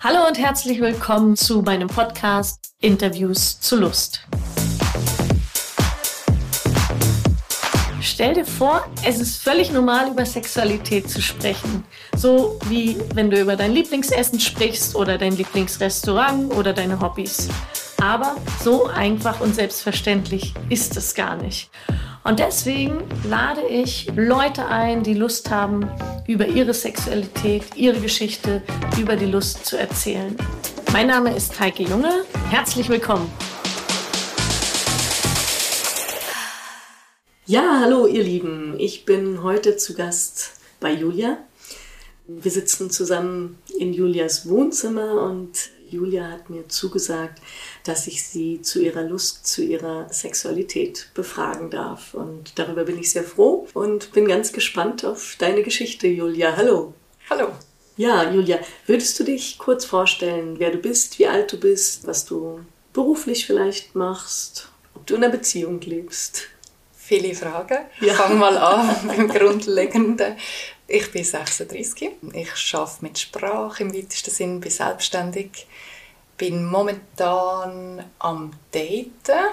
Hallo und herzlich willkommen zu meinem Podcast Interviews zu Lust. Stell dir vor, es ist völlig normal, über Sexualität zu sprechen. So wie wenn du über dein Lieblingsessen sprichst oder dein Lieblingsrestaurant oder deine Hobbys. Aber so einfach und selbstverständlich ist es gar nicht. Und deswegen lade ich Leute ein, die Lust haben, über ihre Sexualität, ihre Geschichte, über die Lust zu erzählen. Mein Name ist Heike Junge. Herzlich willkommen. Ja, hallo ihr Lieben. Ich bin heute zu Gast bei Julia. Wir sitzen zusammen in Julias Wohnzimmer und Julia hat mir zugesagt, dass ich sie zu ihrer Lust, zu ihrer Sexualität befragen darf. Und darüber bin ich sehr froh und bin ganz gespannt auf deine Geschichte, Julia. Hallo. Hallo. Ja, Julia, würdest du dich kurz vorstellen, wer du bist, wie alt du bist, was du beruflich vielleicht machst, ob du in einer Beziehung lebst? Viele Fragen. Ja. Fang mal an beim Grundlegenden. Ich bin 36. Ich arbeite mit Sprache im weitesten Sinn, bin selbstständig. Bin momentan am Daten.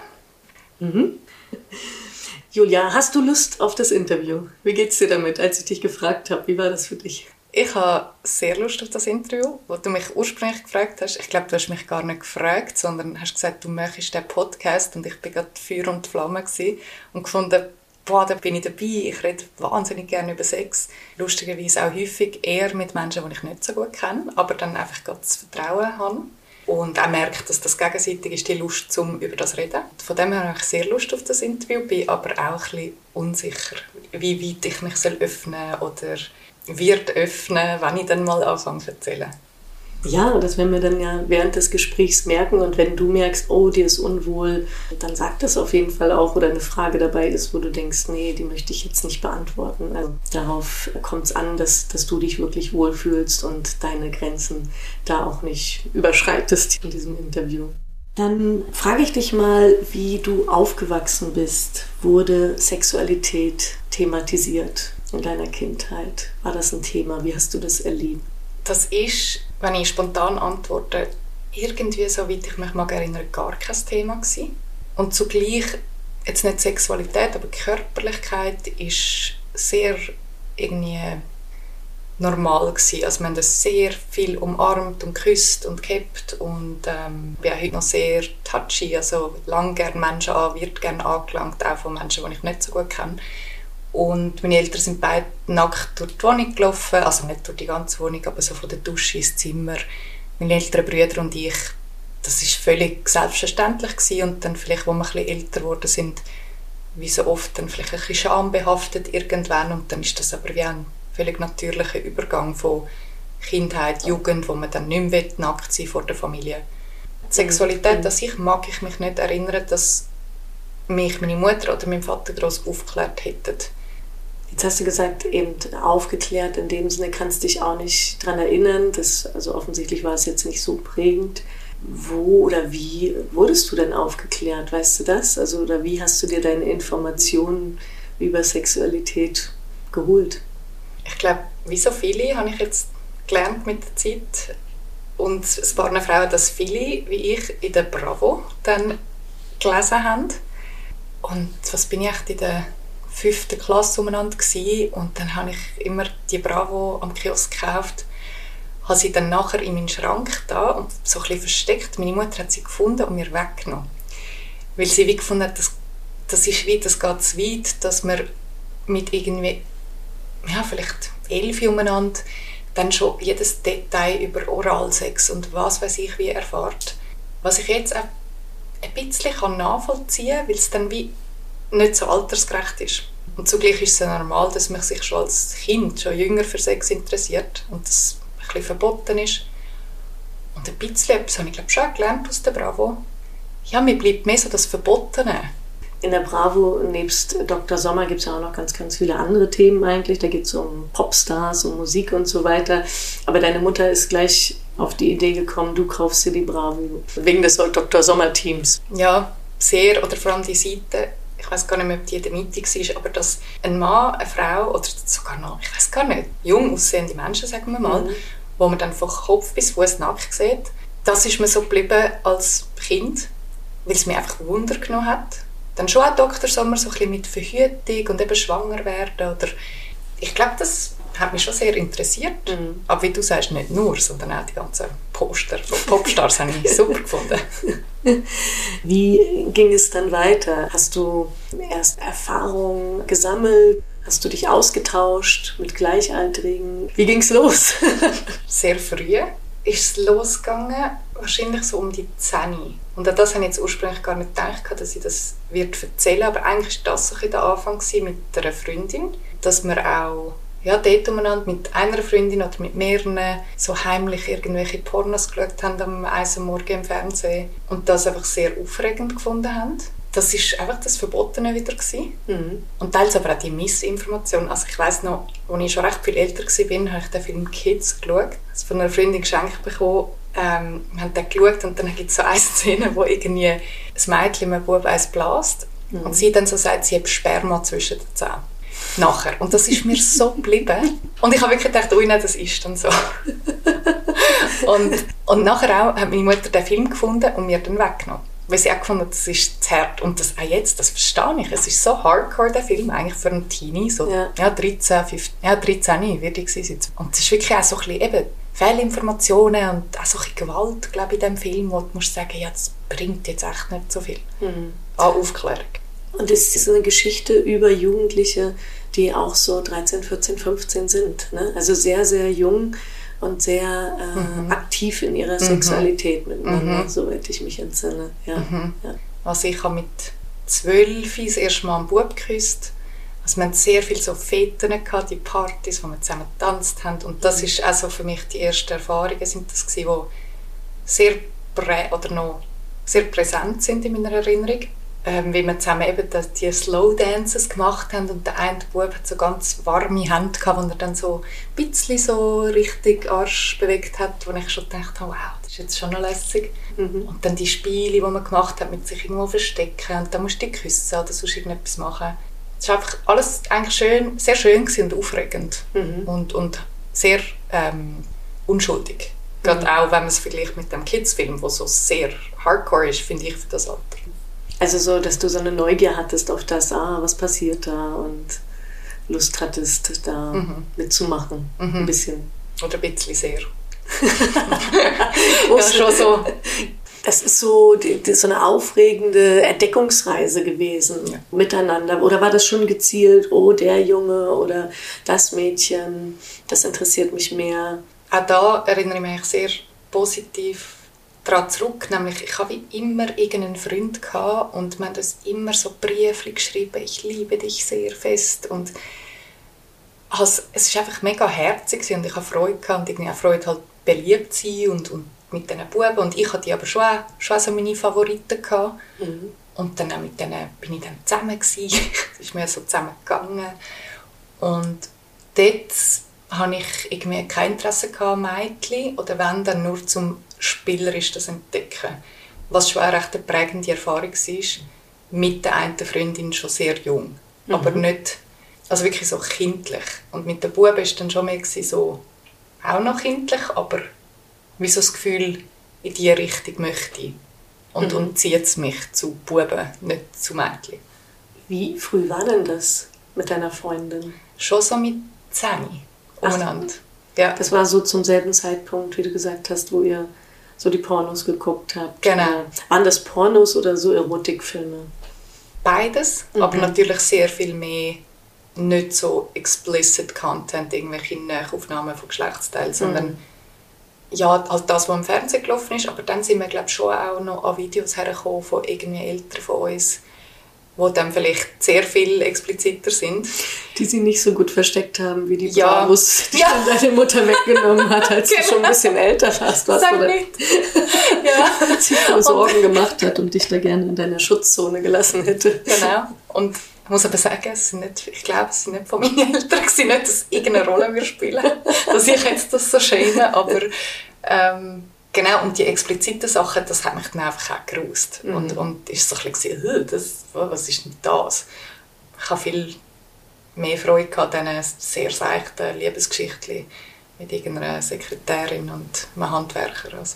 Julia, hast du Lust auf das Interview? Wie geht's dir damit, als ich dich gefragt habe? Wie war das für dich? Ich habe sehr Lust auf das Interview, wo du mich ursprünglich gefragt hast. Ich glaube, du hast mich gar nicht gefragt, sondern hast gesagt, du möchtest den Podcast. Und ich war gerade Feuer und Flamme und gefunden, boah, da bin ich dabei. Ich rede wahnsinnig gerne über Sex. Lustigerweise auch häufig eher mit Menschen, die ich nicht so gut kenne, aber dann einfach gerade das Vertrauen habe. Und auch merke, dass das gegenseitig ist, die Lust, um über das zu reden. Von dem her habe ich sehr Lust auf das Interview, bin aber auch ein bisschen unsicher, wie weit ich mich öffnen soll oder wird öffnen, wenn ich dann mal anfange zu erzählen. Ja, das werden wir dann ja während des Gesprächs merken. Und wenn du merkst, oh, dir ist unwohl, dann sag das auf jeden Fall auch. Oder eine Frage dabei ist, wo du denkst, nee, die möchte ich jetzt nicht beantworten. Also darauf kommt es an, dass du dich wirklich wohlfühlst und deine Grenzen da auch nicht überschreitest in diesem Interview. Dann frage ich dich mal, wie du aufgewachsen bist. Wurde Sexualität thematisiert in deiner Kindheit? War das ein Thema? Wie hast du das erlebt? Das ist, wenn ich spontan antworte, irgendwie, soweit ich mich mag erinnern, gar kein Thema gewesen. Und zugleich, jetzt nicht Sexualität, aber Körperlichkeit ist sehr irgendwie normal gewesen. Also wir haben das sehr viel umarmt und geküsst und gehabt und bin auch heute noch sehr touchy, also lang gerne Menschen an, wird gerne angelangt, auch von Menschen, die ich nicht so gut kenne. Und meine Eltern sind beide nackt durch die Wohnung gelaufen, also nicht durch die ganze Wohnung, aber so von der Dusche ins Zimmer. Meine älteren Brüder und ich, das war völlig selbstverständlich gewesen. Und dann vielleicht, als wir ein bisschen älter geworden sind, wie so oft, dann vielleicht ein bisschen schambehaftet irgendwann. Und dann ist das aber wie ein völlig natürlicher Übergang von Kindheit, Jugend, wo man dann nicht mehr nackt sein vor der Familie. Die Sexualität an sich mag ich mich nicht erinnern, dass mich meine Mutter oder mein Vater gross aufgeklärt hätten. Jetzt hast du gesagt, eben aufgeklärt, in dem Sinne kannst du dich auch nicht daran erinnern. Also offensichtlich war es jetzt nicht so prägend. Wo oder wie wurdest du denn aufgeklärt? Weißt du das? Also, oder wie hast du dir deine Informationen über Sexualität geholt? Ich glaube, wie so viele habe ich jetzt gelernt mit der Zeit. Und es waren Frauen, dass viele, wie ich, in der Bravo dann gelesen haben. Und was bin ich echt in der 5. Klasse umeinander gewesen. Und dann habe ich immer die Bravo am Kiosk gekauft, habe sie dann nachher in meinen Schrank da und so ein bisschen versteckt. Meine Mutter hat sie gefunden und mir weggenommen. Weil sie wie gefunden hat, das ist weit, das geht zu weit, dass man mit irgendwie, ja, vielleicht 11 umeinander dann schon jedes Detail über Oralsex und was weiß ich wie erfahrt. Was ich jetzt auch ein bisschen nachvollziehen kann, weil es dann wie nicht so altersgerecht ist. Und zugleich ist es normal, dass man sich schon als Kind, schon jünger für Sex interessiert und das ein bisschen verboten ist. Und ein bisschen etwas habe ich glaube schon gelernt aus der Bravo. Ja, mir bleibt mehr so das Verbotene. In der Bravo, nebst Dr. Sommer, gibt es ja auch noch ganz, ganz viele andere Themen eigentlich. Da geht es um Popstars, um Musik und so weiter. Aber deine Mutter ist gleich auf die Idee gekommen, du kaufst dir die Bravo. Wegen des Dr. Sommer-Teams. Ja, sehr. Oder vor allem die Seite, ich weiß gar nicht mehr, ob die in der Mitte war, aber dass ein Mann, eine Frau oder sogar noch, ich weiß gar nicht, jung aussehende Menschen, sagen wir mal, wo man dann von Kopf bis Fuß nackt sieht. Das ist mir so geblieben als Kind, weil es mich einfach Wunder genommen hat. Dann schon auch Dr. Sommer so ein bisschen mit Verhütung und eben schwanger werden. Oder ich glaube, das hat mich schon sehr interessiert. Aber wie du sagst, nicht nur, sondern auch die ganzen Poster von Popstars habe ich super gefunden. Wie ging es dann weiter? Hast du erst Erfahrungen gesammelt? Hast du dich ausgetauscht mit Gleichaltrigen? Wie ging es los? Sehr früh ist es losgegangen, wahrscheinlich so um die 10. Und an das habe ich jetzt ursprünglich gar nicht gedacht, dass ich das erzählen werde. Aber eigentlich war das so der Anfang mit einer Freundin, dass wir auch dort umeinander mit einer Freundin oder mit mehreren so heimlich irgendwelche Pornos geschaut haben am 1 Uhr morgens im Fernsehen und das einfach sehr aufregend gefunden haben. Das war einfach das Verbotene wieder. Und teils aber auch die Missinformation. Also ich weiss noch, als ich schon recht viel älter war, habe ich den Film «Kids» geschaut. Also von einer Freundin geschenkt bekommen. Wir haben den geschaut und dann gibt es so eine Szene, wo irgendwie ein Mädchen einem Bub eins blast und sie dann so sagt, sie hat Sperma zwischen den Zähnen. Nachher. Und das ist mir so geblieben. Und ich habe wirklich gedacht, ui, nein, das ist dann so. und nachher auch hat meine Mutter den Film gefunden und mir dann weggenommen. Weil sie auch gefunden hat, das ist zu hart. Und das, auch jetzt, das verstehe ich. Es ist so hardcore, der Film, eigentlich für einen Teenie. So, 13, 15, 13 würde ich sein. Und es ist wirklich auch so ein bisschen eben Fehlinformationen und auch so ein bisschen Gewalt, glaube ich, in diesem Film, wo du musst sagen, ja, das bringt jetzt echt nicht so viel an Aufklärung. Und es ist eine Geschichte über Jugendliche, die auch so 13, 14, 15 sind. Ne? Also sehr, sehr jung und sehr aktiv in ihrer Sexualität miteinander, soweit ich mich entsinne. Ja. Also ich habe mit 12 das erste Mal einen Bub geküsst. Also wir hatten sehr viele so Feten gehabt, die Partys, wo wir zusammen getanzt haben. Und das ist also für mich die ersten Erfahrungen, sind das gewesen, die noch sehr präsent sind in meiner Erinnerung. Wie wir zusammen eben die Slow Dances gemacht haben und der eine Bub hat so ganz warme Hände gehabt, wo er dann so ein bisschen so richtig Arsch bewegt hat, wo ich schon gedacht habe, wow, das ist jetzt schon noch lässig. Und dann die Spiele, die man gemacht hat, mit sich irgendwo verstecken und dann musst du dich küssen oder sonst irgendetwas machen. Es war einfach alles eigentlich schön, sehr schön und aufregend und sehr unschuldig. Gerade auch, wenn man es vergleicht mit dem Kids-Film, der so sehr hardcore ist, finde ich, für das Alter. Also so, dass du so eine Neugier hattest auf das, was passiert da und Lust hattest, da mitzumachen, ein bisschen. Oder ein bisschen sehr. Ja, schon so. Das ist so, so eine aufregende Entdeckungsreise gewesen miteinander. Oder war das schon gezielt, der Junge oder das Mädchen, das interessiert mich mehr? Auch da erinnere ich mich sehr positiv daran zurück, nämlich ich habe immer irgendeinen Freund gehabt und wir haben uns immer so Briefe geschrieben, ich liebe dich sehr fest und es ist einfach mega herzig und ich habe Freude gehabt und irgendwie auch Freude halt beliebt zu sein und mit diesen Buben und ich hatte aber schon so meine Favoriten gehabt und dann auch mit denen bin ich dann zusammen gewesen, es ist mir so zusammengegangen und dort habe ich irgendwie kein Interesse gehabt an Mädchen oder wenn dann nur zum spielerisch das entdecken. Was schon eine recht prägende Erfahrung war, mit der einen Freundin schon sehr jung. Aber nicht, also wirklich so kindlich. Und mit den Buben war es dann schon mehr so, auch noch kindlich, aber wie so das Gefühl, in diese Richtung möchte ich. Und zieht es mich zu Buben, nicht zu Mädchen. Wie früh war denn das mit deiner Freundin? Schon so mit 10 umeinander. Ja. Das war so zum selben Zeitpunkt, wie du gesagt hast, wo ihr so die Pornos geguckt habt. Genau. Waren das Pornos oder so Erotikfilme? Beides, aber natürlich sehr viel mehr nicht so explicit Content, irgendwelche Nachaufnahmen von Geschlechtsteilen, sondern ja, halt das, was im Fernsehen gelaufen ist, aber dann sind wir, glaube ich, schon auch noch an Videos hergekommen von irgendwie Eltern von uns, die dann vielleicht sehr viel expliziter sind. Die sie nicht so gut versteckt haben, wie die Bravos, die dann deine Mutter weggenommen hat, als du schon ein bisschen älter warst. Sag nicht. Als sie voll Sorgen gemacht hat und dich da gerne in deiner Schutzzone gelassen hätte. Genau. Und ich muss aber sagen, ich glaube, es sind nicht von meinen Eltern, nicht, dass es irgendeine Rolle spielen dass ich jetzt das so schäme, aber genau, und die expliziten Sachen, das hat mich dann einfach auch gerust. Und ist so ein bisschen, was ist denn das? Ich habe viel mehr Freude an diesen sehr seichten Liebesgeschichten mit irgendeiner Sekretärin und einem Handwerker. Also.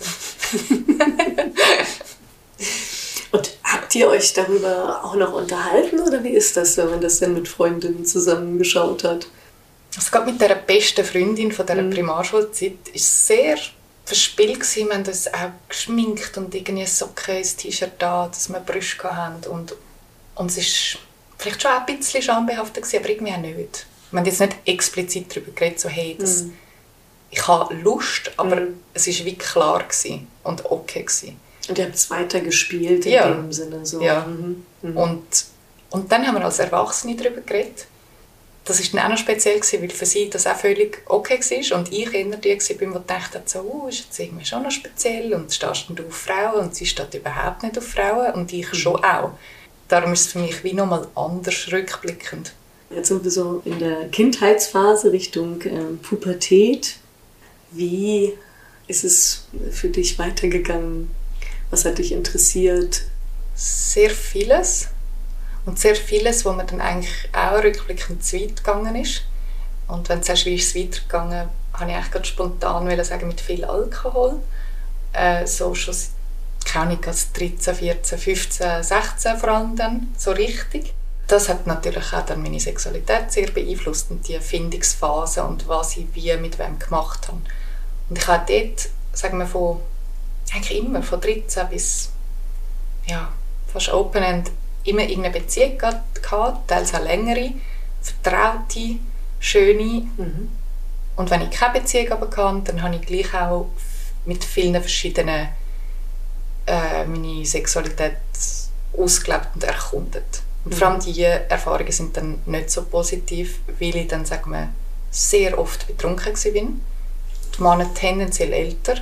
Und habt ihr euch darüber auch noch unterhalten oder wie ist das, wenn man das dann mit Freundinnen zusammengeschaut hat? Also gerade mit dieser besten Freundin von dieser Primarschulzeit war es sehr verspielt gewesen. Wir haben uns auch geschminkt und irgendwie Socken, ein T-Shirt da, dass wir Brüste hatten. Und es war vielleicht schon auch ein bisschen schambehaftet gewesen, aber irgendwie auch nicht. Wir haben jetzt nicht explizit darüber geredet, so hey, ich habe Lust, aber es war wie klar gewesen und okay gewesen. Und ihr habt es weiter gespielt in dem Sinne. So. Ja. Und dann haben wir als Erwachsene darüber geredet. Das war dann auch noch speziell, weil für sie das auch völlig okay war. Und ich eher die war, die dachte, so, ist jetzt irgendwie schon noch speziell und stehst du auf Frauen und sie steht überhaupt nicht auf Frauen und ich schon auch. Darum ist es für mich wie nochmal anders rückblickend. Jetzt sind wir so in der Kindheitsphase Richtung Pubertät. Wie ist es für dich weitergegangen? Was hat dich interessiert? Sehr vieles. Und sehr vieles, wo mir dann eigentlich auch rückblickend zu weit gegangen ist. Und wenn du sagst, wie ist es weitergegangen, habe ich eigentlich gerade spontan sagen, mit viel Alkohol. So schon, keine Ahnung, als 13, 14, 15, 16 vor allem dann, so richtig. Das hat natürlich auch dann meine Sexualität sehr beeinflusst und die Findungsphase und was ich wie mit wem gemacht habe. Und ich hatte dort, sagen wir, eigentlich immer, von 13 bis fast Open-End, immer irgendeine Beziehung gehabt, teils auch längere, vertraute, schöne. Und wenn ich keine Beziehung aber hatte, dann habe ich gleich auch mit vielen verschiedenen meine Sexualität ausgelebt und erkundet. Und vor allem diese Erfahrungen sind dann nicht so positiv, weil ich dann, sagen wir, sehr oft betrunken war. Die Männer tendenziell älter.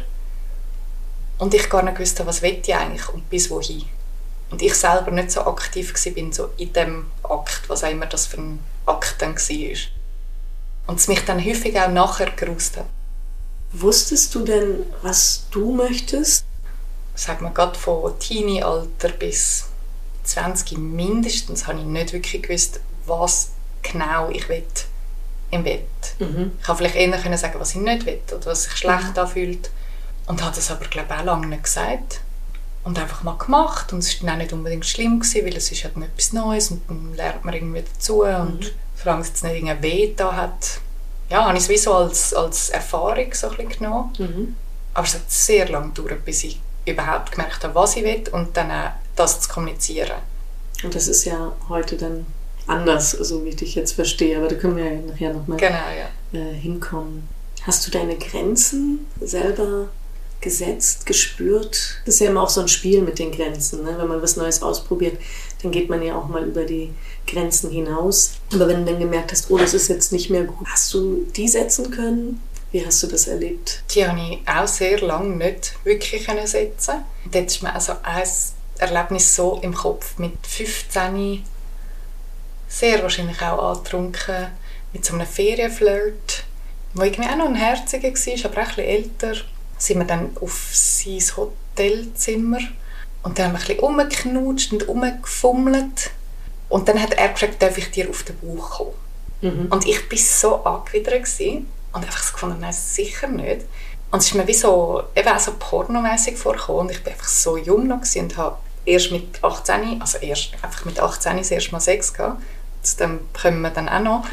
Und ich gar nicht wusste, was will ich eigentlich und bis wohin. Und ich selber nicht so aktiv war so in dem Akt, was auch immer das für ein Akt dann war. Und es mich dann häufig auch nachher gerusst hat. Wusstest du denn, was du möchtest? Sag mal, gerade von Teenie-Alter bis 20 mindestens habe ich nicht wirklich gewusst, was genau ich will im Bett. Ich kann vielleicht eher sagen, was ich nicht will oder was sich schlecht anfühlt. Und habe das aber, glaube ich, auch lange nicht gesagt. Und einfach mal gemacht. Und es war dann auch nicht unbedingt schlimm gewesen, weil es ist halt etwas Neues und dann lernt man irgendwie dazu. Und solange es jetzt nicht irgendein Weh da hat, habe ich es wie so als Erfahrung so ein bisschen genommen. Aber es hat sehr lange gedauert, bis ich überhaupt gemerkt habe, was ich will und dann auch das zu kommunizieren. Und das ist ja heute dann anders, so wie ich dich jetzt verstehe. Aber da können wir ja nachher nochmal hinkommen. Hast du deine Grenzen selber gesetzt, gespürt? Das ist ja immer auch so ein Spiel mit den Grenzen. Ne? Wenn man was Neues ausprobiert, dann geht man ja auch mal über die Grenzen hinaus. Aber wenn du dann gemerkt hast, oh, das ist jetzt nicht mehr gut, hast du die setzen können? Wie hast du das erlebt? Die habe ich auch sehr lange nicht wirklich setzen. Und jetzt ist mir also ein Erlebnis so im Kopf. Mit 15 sehr wahrscheinlich auch angetrunken, mit so einem Ferienflirt, wo irgendwie auch noch ein Herziger war, aber auch ein bisschen älter. Sind wir dann auf sein Hotelzimmer und dann haben wir ein bisschen rumgeknutscht und rumgefummelt. Und dann hat er gefragt, darf ich dir auf den Bauch kommen? Und ich war so angewidert und einfach so gefunden, nein, sicher nicht. Und es ist mir wie so, eben auch so pornomässig vorgekommen und ich war einfach so jung noch und habe erst mit 18, also einfach mit 18 das erste Mal Sex gehabt. Zu dem kommen wir dann auch noch.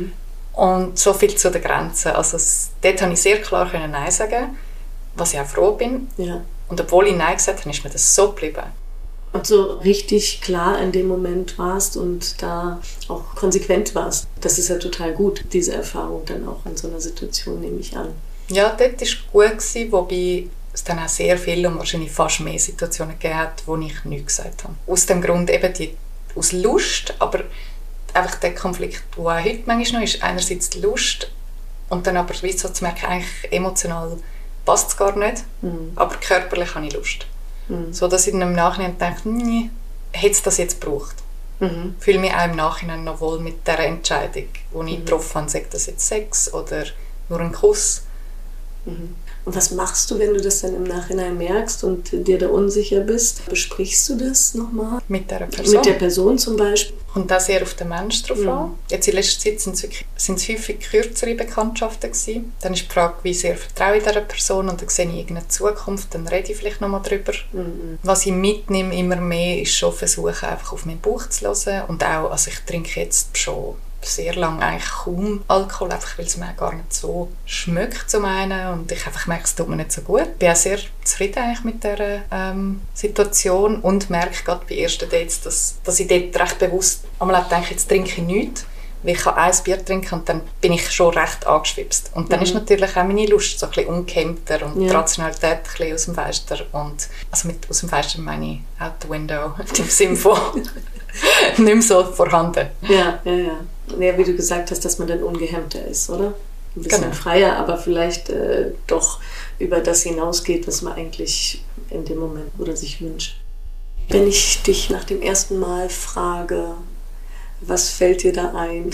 Und so viel zu den Grenzen. Also dort konnte ich sehr klar Nein sagen, was ich auch froh bin. Ja. Und obwohl ich Nein gesagt habe, ist mir das so geblieben. Und so richtig klar in dem Moment warst und da auch konsequent warst. Das ist ja total gut, diese Erfahrung dann auch in so einer Situation, nehme ich an. Ja, dort war es gut, wobei es dann auch sehr viele und wahrscheinlich fast mehr Situationen gegeben hat, wo ich nichts gesagt habe. Aus dem Grund eben aus Lust, aber einfach der Konflikt, der auch heute manchmal noch ist, einerseits die Lust und dann aber wie so zu merken, eigentlich emotional passt es gar nicht, aber körperlich habe ich Lust. So dass ich dann im Nachhinein denke, hätte es das jetzt gebraucht? Fühle mich auch im Nachhinein noch wohl mit dieser Entscheidung, die ich getroffen habe, sagt das jetzt Sex oder nur ein Kuss. Und was machst du, wenn du das dann im Nachhinein merkst und dir da unsicher bist? Besprichst du das nochmal? Mit der Person? Mit der Person zum Beispiel? Und da sehr auf den Menschen drauf an. Jetzt in letzter Zeit sind es häufig kürzere Bekanntschaften gewesen. Dann ist die Frage, wie sehr vertraue ich dieser Person und dann sehe ich irgendeine Zukunft, dann rede ich vielleicht nochmal drüber. Was ich mitnehme immer mehr, ist schon versuchen, einfach auf meinen Bauch zu hören. Und auch, also ich trinke jetzt schon sehr lange eigentlich kaum Alkohol, einfach weil es mir gar nicht so schmeckt zum einen und ich einfach merke, es tut mir nicht so gut. Ich bin auch sehr zufrieden eigentlich mit dieser Situation und merke gerade bei ersten Dates, dass ich dort recht bewusst einmal denke, jetzt trinke ich nichts, weil ich kann ein Bier trinken und dann bin ich schon recht angeschwipst. Und dann ist natürlich auch meine Lust so ein bisschen ungehemmter und die Rationalität ein bisschen aus dem Fenster. Und, also mit aus dem Fenster meine ich out the window, im Sinne von nicht mehr so vorhanden. Ja, wie du gesagt hast, dass man dann ungehemmter ist, oder? Ein bisschen freier, aber vielleicht doch über das hinausgeht, was man eigentlich in dem Moment oder sich wünscht. Wenn ich dich nach dem ersten Mal frage, was fällt dir da ein?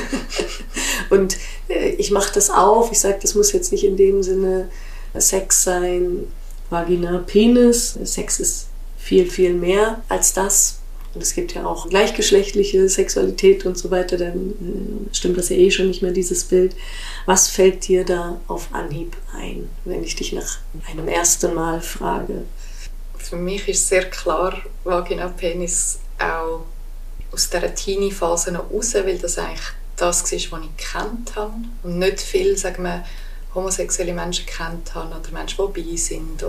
Und ich mache das auf, ich sage, das muss jetzt nicht in dem Sinne Sex sein, Vagina, Penis. Sex ist viel, viel mehr als das. Und es gibt ja auch gleichgeschlechtliche Sexualität und so weiter, dann stimmt das ja eh schon nicht mehr, dieses Bild. Was fällt dir da auf Anhieb ein, wenn ich dich nach einem ersten Mal frage? Für mich ist sehr klar, Vagina, Penis auch aus dieser Teenie-Phase noch raus, weil das eigentlich das war, was ich gekannt habe. Und nicht viel, sagen wir, homosexuelle Menschen gekannt habe oder Menschen, die bi sind.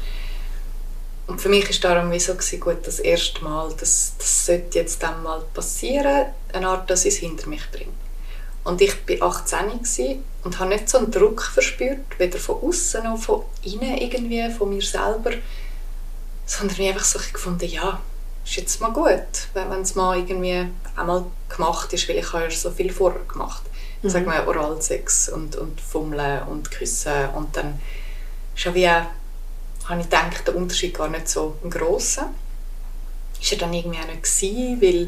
Und für mich war darum so, gut, das erste Mal, das sollte jetzt dann mal passieren, eine Art, dass ich es hinter mich bringe. Und ich war 18 und habe nicht so einen Druck verspürt, weder von außen noch von innen irgendwie, von mir selber, sondern ich habe einfach so gefunden, ja, ist jetzt mal gut, wenn es mal irgendwie einmal gemacht ist, weil ich habe ja so viel vorher gemacht. Sagen wir Oralsex und Fummeln und Küssen und dann ist ja wie habe ich gedacht, der Unterschied gar nicht so ein grosser. Ist er dann irgendwie auch nicht gewesen, weil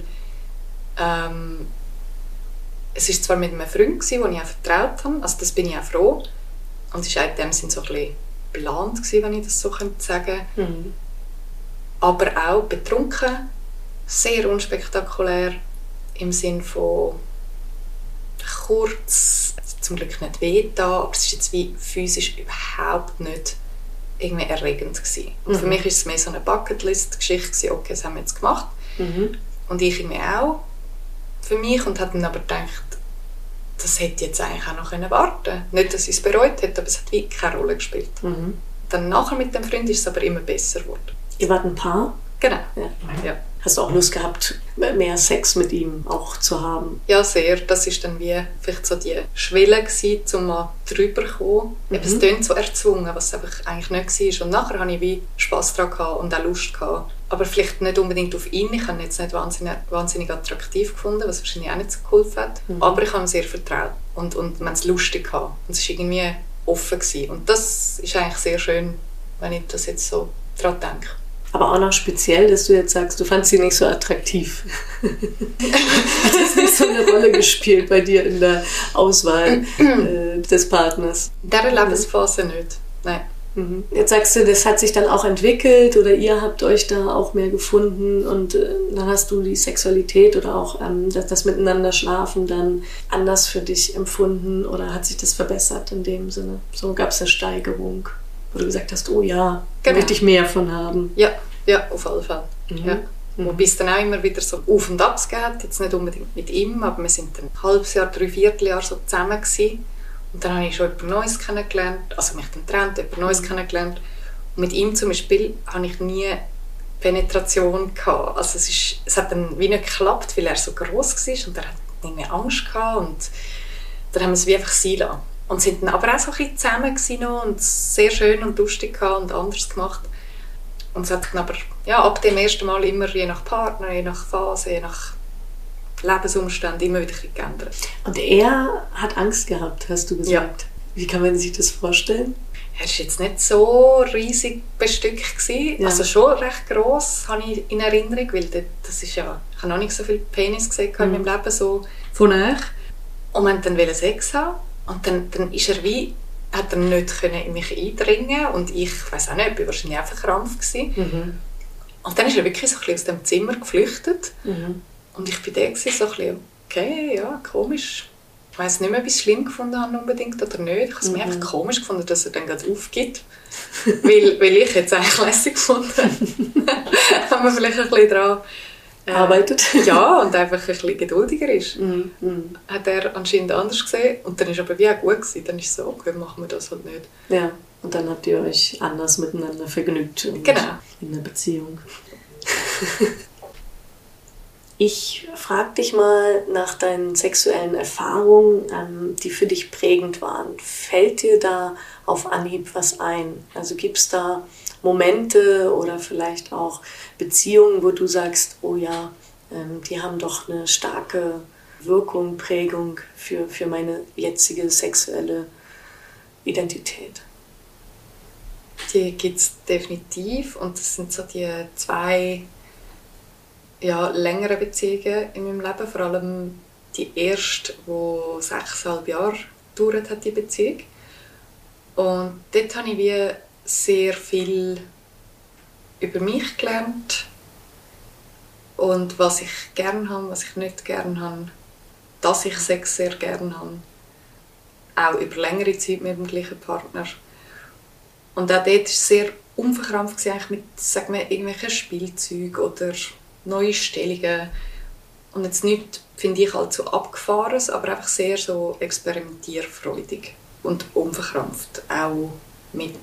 es war zwar mit einem Freund gewesen, den ich auch vertraut habe, also das bin ich auch froh. Und es war in dem Sinne so ein bisschen geplant gewesen, wenn ich das so sagen könnte. Aber auch betrunken, sehr unspektakulär, im Sinne von kurz, zum Glück nicht wehgetan, aber es ist jetzt wie physisch überhaupt nicht irgendwie erregend gewesen. Und für mich war es mehr so eine Bucketlist-Geschichte, okay, das haben wir jetzt gemacht. Und ich irgendwie auch für mich und habe dann aber gedacht, das hätte jetzt eigentlich auch noch warten können. Nicht, dass ich es bereut hätte, aber es hat wie keine Rolle gespielt. Dann nachher mit dem Freund ist es aber immer besser geworden. Ihr wart ein Paar? Genau. Ja. Hast du auch Lust gehabt, mehr Sex mit ihm auch zu haben? Ja, sehr. Das war dann wie vielleicht so die Schwelle gewesen, um mal drüber zu kommen. Es klingt so erzwungen, was es einfach eigentlich nicht war. Und nachher hatte ich wie Spass daran und auch Lust gehabt. Aber vielleicht nicht unbedingt auf ihn. Ich habe ihn jetzt nicht wahnsinnig attraktiv gefunden, was wahrscheinlich auch nicht so geholfen hat. Aber ich habe ihm sehr vertraut. Und wir haben es lustig gehabt. Und es war irgendwie offen gewesen. Und das ist eigentlich sehr schön, wenn ich das jetzt so daran denke. Aber auch noch speziell, dass du jetzt sagst, du fandst sie nicht so attraktiv. Hat das nicht so eine Rolle gespielt bei dir in der Auswahl des Partners? In dieser Lebensphase nicht, nein. Jetzt sagst du, das hat sich dann auch entwickelt oder ihr habt euch da auch mehr gefunden und dann hast du die Sexualität oder auch das Miteinander schlafen dann anders für dich empfunden oder hat sich das verbessert in dem Sinne? So gab es eine Steigerung, wo du gesagt hast, oh ja, da möchte ich mehr von haben. Ja, auf alle Fälle. Ja. Wobei es dann auch immer wieder so Auf- und Abs gab, jetzt nicht unbedingt mit ihm, aber wir sind dann ein halbes Jahr, 3/4 Jahr so zusammen gewesen. Und dann habe ich schon jemand Neues kennengelernt, also mich dann getrennt, jemand Neues kennengelernt. Und mit ihm zum Beispiel habe ich nie Penetration gehabt. Also es hat dann wie nicht geklappt, weil er so gross war und er hat irgendwie Angst gehabt. Und dann haben wir es wie einfach sein lassen. Und sind dann aber auch so ein bisschen zusammen gewesen und sehr schön und lustig gehabt und anders gemacht. Und es hat dann aber ab dem ersten Mal immer je nach Partner, je nach Phase, je nach Lebensumständen immer wieder geändert. Und er hat Angst gehabt, hast du gesagt. Ja. Wie kann man sich das vorstellen? Er war jetzt nicht so riesig bestückt gewesen. Ja. Also schon recht gross, habe ich in Erinnerung, weil das ist ja, ich habe noch nicht so viel Penis gesehen in meinem Leben, so von nahe. Und wir wollten dann Sex haben. Und dann ist er wie hat er nicht können in mich eindringen und ich weiss auch nicht, ich war wahrscheinlich auch verkrampft. Und dann ist er wirklich so ein bisschen aus dem Zimmer geflüchtet. Und ich war da so ein bisschen, okay, ja, komisch. Ich weiss nicht mehr, ob ich es schlimm gefunden habe unbedingt oder nicht. Ich habe es mir einfach komisch gefunden, dass er dann gerade aufgibt. weil ich jetzt eigentlich lässig gefunden haben wir vielleicht ein bisschen daran arbeitet. Ja, und einfach ein bisschen geduldiger ist. Hat er anscheinend anders gesehen. Und dann war aber wie auch gut gewesen. Dann ist es so, okay, machen wir das halt nicht. Ja, und dann habt ihr euch anders miteinander vergnügt genau. In der Beziehung. Ich frage dich mal nach deinen sexuellen Erfahrungen, die für dich prägend waren. Fällt dir da auf Anhieb was ein? Also gibt es da Momente oder vielleicht auch Beziehungen, wo du sagst, oh ja, die haben doch eine starke Wirkung, Prägung für meine jetzige sexuelle Identität? Die gibt es definitiv und das sind so die 2 längere Beziehungen in meinem Leben, vor allem die erste, die 6,5 Jahre gedauert hat, die Beziehung. Und dort habe ich wie sehr viel über mich gelernt und was ich gerne habe, was ich nicht gerne habe, dass ich Sex sehr gerne habe, auch über längere Zeit mit dem gleichen Partner. Und auch dort war es sehr unverkrampft mit, sagen wir, irgendwelchen Spielzeugen oder neue Stellungen. Und jetzt nicht, finde ich, allzu abgefahren, aber einfach sehr so experimentierfreudig und unverkrampft. Auch mit,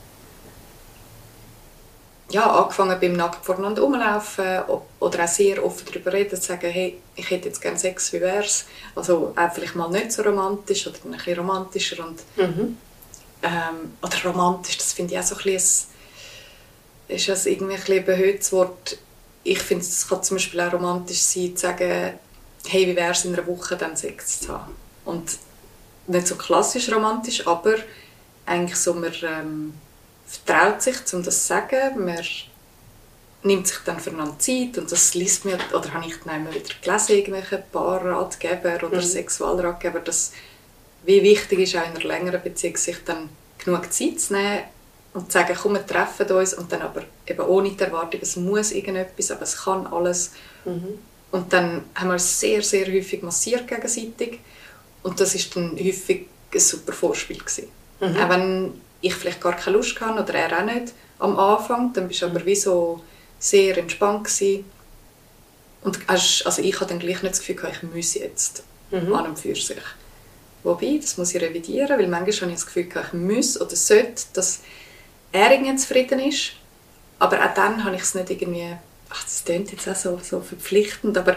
angefangen beim nackt voneinander rumlaufen oder auch sehr offen darüber reden, sagen, hey, ich hätte jetzt gerne Sex, wie wär's? Also auch vielleicht mal nicht so romantisch oder ein bisschen romantischer. Und, oder romantisch, das finde ich auch so ein bisschen, ist das irgendwie ein bisschen ein behöhtes Wort. Ich finde, es kann zum Beispiel auch romantisch sein, zu sagen, hey, wie wäre es in einer Woche dann Sex zu haben? Und nicht so klassisch romantisch, aber eigentlich so, man vertraut sich, um das zu sagen, man nimmt sich dann füreinander Zeit und das liest mir, oder habe ich dann immer wieder gelesen, irgendwelche Paarratgeber oder Sexualratgeber, dass wie wichtig ist, auch in einer längeren Beziehung sich dann genug Zeit zu nehmen und zu sagen, komm, wir treffen uns und dann aber eben ohne die Erwartung, es muss irgendetwas, aber es kann alles. Und dann haben wir uns sehr, sehr häufig massiert gegenseitig und das war dann häufig ein super Vorspiel gewesen. Auch wenn ich vielleicht gar keine Lust hatte oder er auch nicht am Anfang, dann bist du aber wie so sehr entspannt gewesen. Und also ich hatte dann gleich nicht das Gefühl, ich müsse jetzt an und für sich. Wobei, das muss ich revidieren, weil manchmal habe ich das Gefühl, ich muss oder sollte, dass er irgendwie zufrieden ist. Aber auch dann habe ich es nicht irgendwie, das klingt jetzt auch so verpflichtend, aber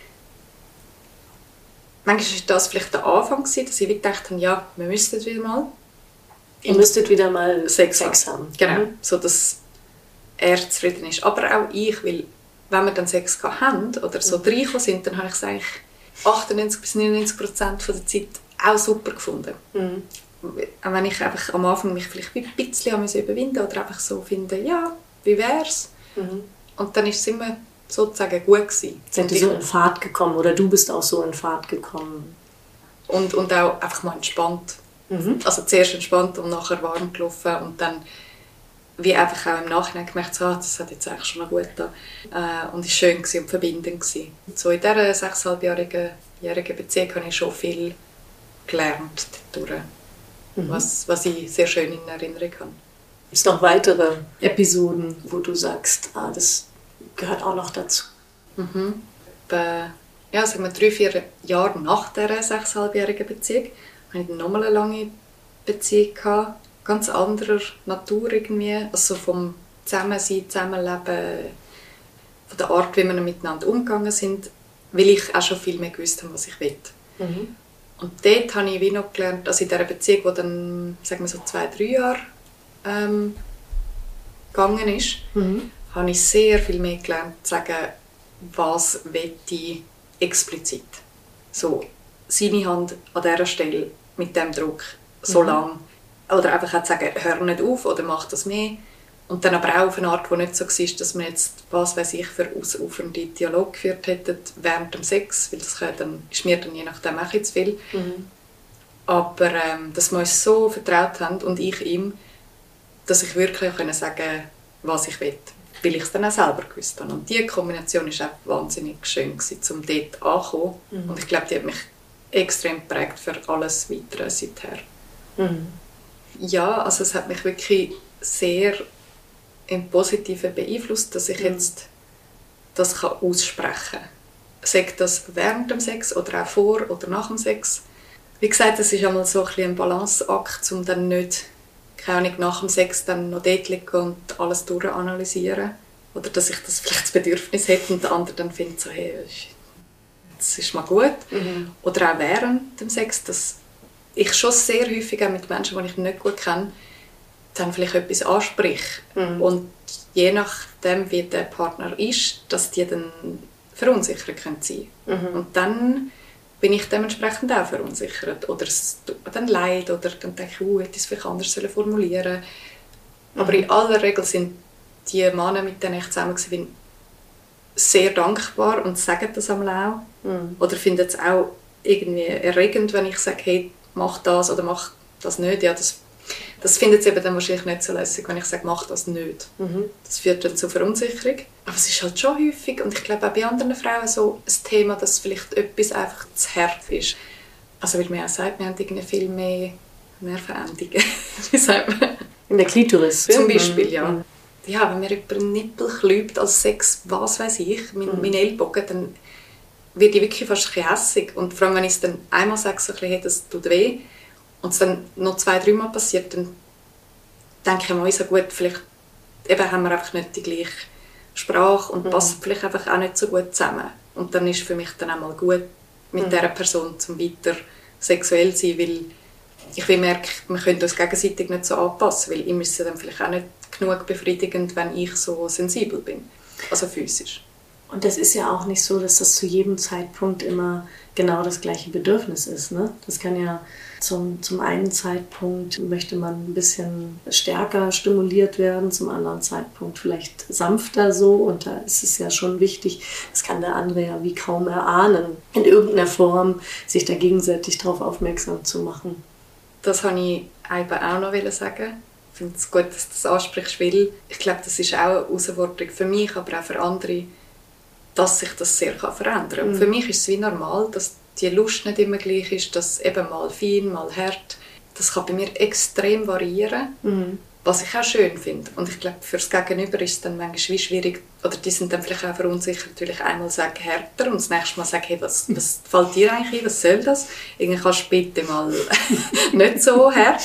manchmal war das vielleicht der Anfang, dass ich gedacht habe, ja, wir müssten wieder mal. Ihr müsstet wieder mal Sex haben. Genau, so dass er zufrieden ist. Aber auch ich, weil wenn wir dann Sex haben oder so reingekommen sind, dann habe ich es eigentlich 98-99% der Zeit auch super gefunden. Auch wenn ich einfach am Anfang mich vielleicht ein bisschen überwinden oder einfach so finde, ja, wie wär's? Und dann ist es immer sozusagen gut gewesen. Seid ihr so in Fahrt gekommen oder du bist auch so in Fahrt gekommen? Und auch einfach mal entspannt. Also zuerst entspannt und nachher warm gelaufen und dann wie einfach auch im Nachhinein gemerkt, das hat jetzt eigentlich schon noch gut getan. Und es war schön und verbindend gewesen. So in dieser 6,5-jährigen Beziehung habe ich schon viel gelernt dadurch, was ich sehr schön in Erinnerung habe. Gibt es noch weitere Episoden, wo du sagst, das gehört auch noch dazu? Sagen wir 3-4 Jahre nach dieser 6,5-jährigen Beziehung hatte ich nochmal eine lange Beziehung gehabt, ganz anderer Natur irgendwie, also vom Zusammensein, Zusammenleben, von der Art, wie wir miteinander umgegangen sind, weil ich auch schon viel mehr gewusst habe, was ich will. Und dort habe ich wie noch gelernt, also in dieser Beziehung, die dann, sagen wir so 2-3 Jahre gegangen ist, habe ich sehr viel mehr gelernt, zu sagen, was will ich explizit. So, seine Hand an dieser Stelle mit dem Druck so lang. Oder einfach auch zu sagen, hör nicht auf oder mach das mehr. Und dann aber auch auf eine Art, die nicht so war, dass wir jetzt, was weiß ich, für ausufernde Dialog geführt hätten während dem Sex, weil das dann, ist mir dann je nachdem auch zu viel. Aber dass wir uns so vertraut haben und ich ihm, dass ich wirklich sagen konnte, was ich will. Weil ich es dann auch selber gewusst habe. Und diese Kombination war auch wahnsinnig schön, um dort anzukommen. Mhm. Und ich glaube, die hat mich extrem geprägt für alles Weitere seither. Mhm. Ja, also es hat mich wirklich sehr im Positiven beeinflusst, dass ich jetzt das aussprechen kann. Sei das während dem Sex oder auch vor oder nach dem Sex. Wie gesagt, es ist einmal so ein Balanceakt, um dann nicht, keine Ahnung, nach dem Sex dann noch dort liegen und alles durchanalysieren. Oder dass ich das vielleicht das Bedürfnis hätte und der andere dann findet, so, hey, das ist mal gut. Mhm. Oder auch während dem Sex, dass ich schon sehr häufig auch mit Menschen, die ich nicht gut kenne, dann vielleicht etwas anspreche. Mhm. Und je nachdem, wie der Partner ist, dass die dann verunsichert sein können. Mhm. Und dann bin ich dementsprechend auch verunsichert. Oder es tut mir dann leid, oder dann denke ich, hätte ich es vielleicht anders formulieren. Mhm. Aber in aller Regel sind die Männer, mit denen ich zusammen war, sehr dankbar und sagen das einmal auch. Mhm. Oder finden es auch irgendwie erregend, wenn ich sage, hey, mach das oder mach das nicht. Ja, das findet sie eben dann wahrscheinlich nicht so lässig, wenn ich sage, mach das nicht. Mhm. Das führt dann zu Verunsicherung. Aber es ist halt schon häufig, und ich glaube auch bei anderen Frauen so ein Thema, dass vielleicht etwas einfach zu hart ist. Also weil man auch sagt, wir haben irgendwie viel mehr Veränderungen. Wie sagt man? In der Klitoris. Zum Beispiel, ja. Mhm. Ja, wenn mir jemand einen Nippel klübt als Sex, was weiß ich, mein Ellbogen, dann wird ich wirklich fast hässig. Und vor allem, wenn ich es dann einmal sage, so ein bisschen, hey, das tut weh, und es dann noch 2-3 Mal passiert, dann denke ich mir so gut, vielleicht eben haben wir einfach nicht die gleiche Sprache und passen vielleicht einfach auch nicht so gut zusammen. Und dann ist für mich dann auch mal gut, mit dieser Person zum weiter sexuell zu sein, weil ich merke, wir können uns gegenseitig nicht so anpassen, weil ihm ist es dann vielleicht auch nicht genug befriedigend, wenn ich so sensibel bin, also physisch. Und das ist ja auch nicht so, dass das zu jedem Zeitpunkt immer genau das gleiche Bedürfnis ist. Ne? Das kann ja zum einen Zeitpunkt möchte man ein bisschen stärker stimuliert werden, zum anderen Zeitpunkt vielleicht sanfter so. Und da ist es ja schon wichtig, das kann der andere ja wie kaum erahnen, in irgendeiner Form sich da gegenseitig darauf aufmerksam zu machen. Das wollte ich eben auch noch sagen. Ich finde es gut, dass du das ansprichst, weil ich glaube, das ist auch eine Herausforderung für mich, aber auch für andere, dass sich das sehr verändern kann. Für mich ist es wie normal, dass die Lust nicht immer gleich ist, dass eben mal fein, mal hart. Das kann bei mir extrem variieren, was ich auch schön finde. Und ich glaube, für das Gegenüber ist es dann manchmal wie schwierig, oder die sind dann vielleicht auch verunsichert, natürlich einmal sagen härter und das nächste Mal sagen, hey, was fällt dir eigentlich ein, was soll das? Irgendwie kannst du bitte mal nicht so hart.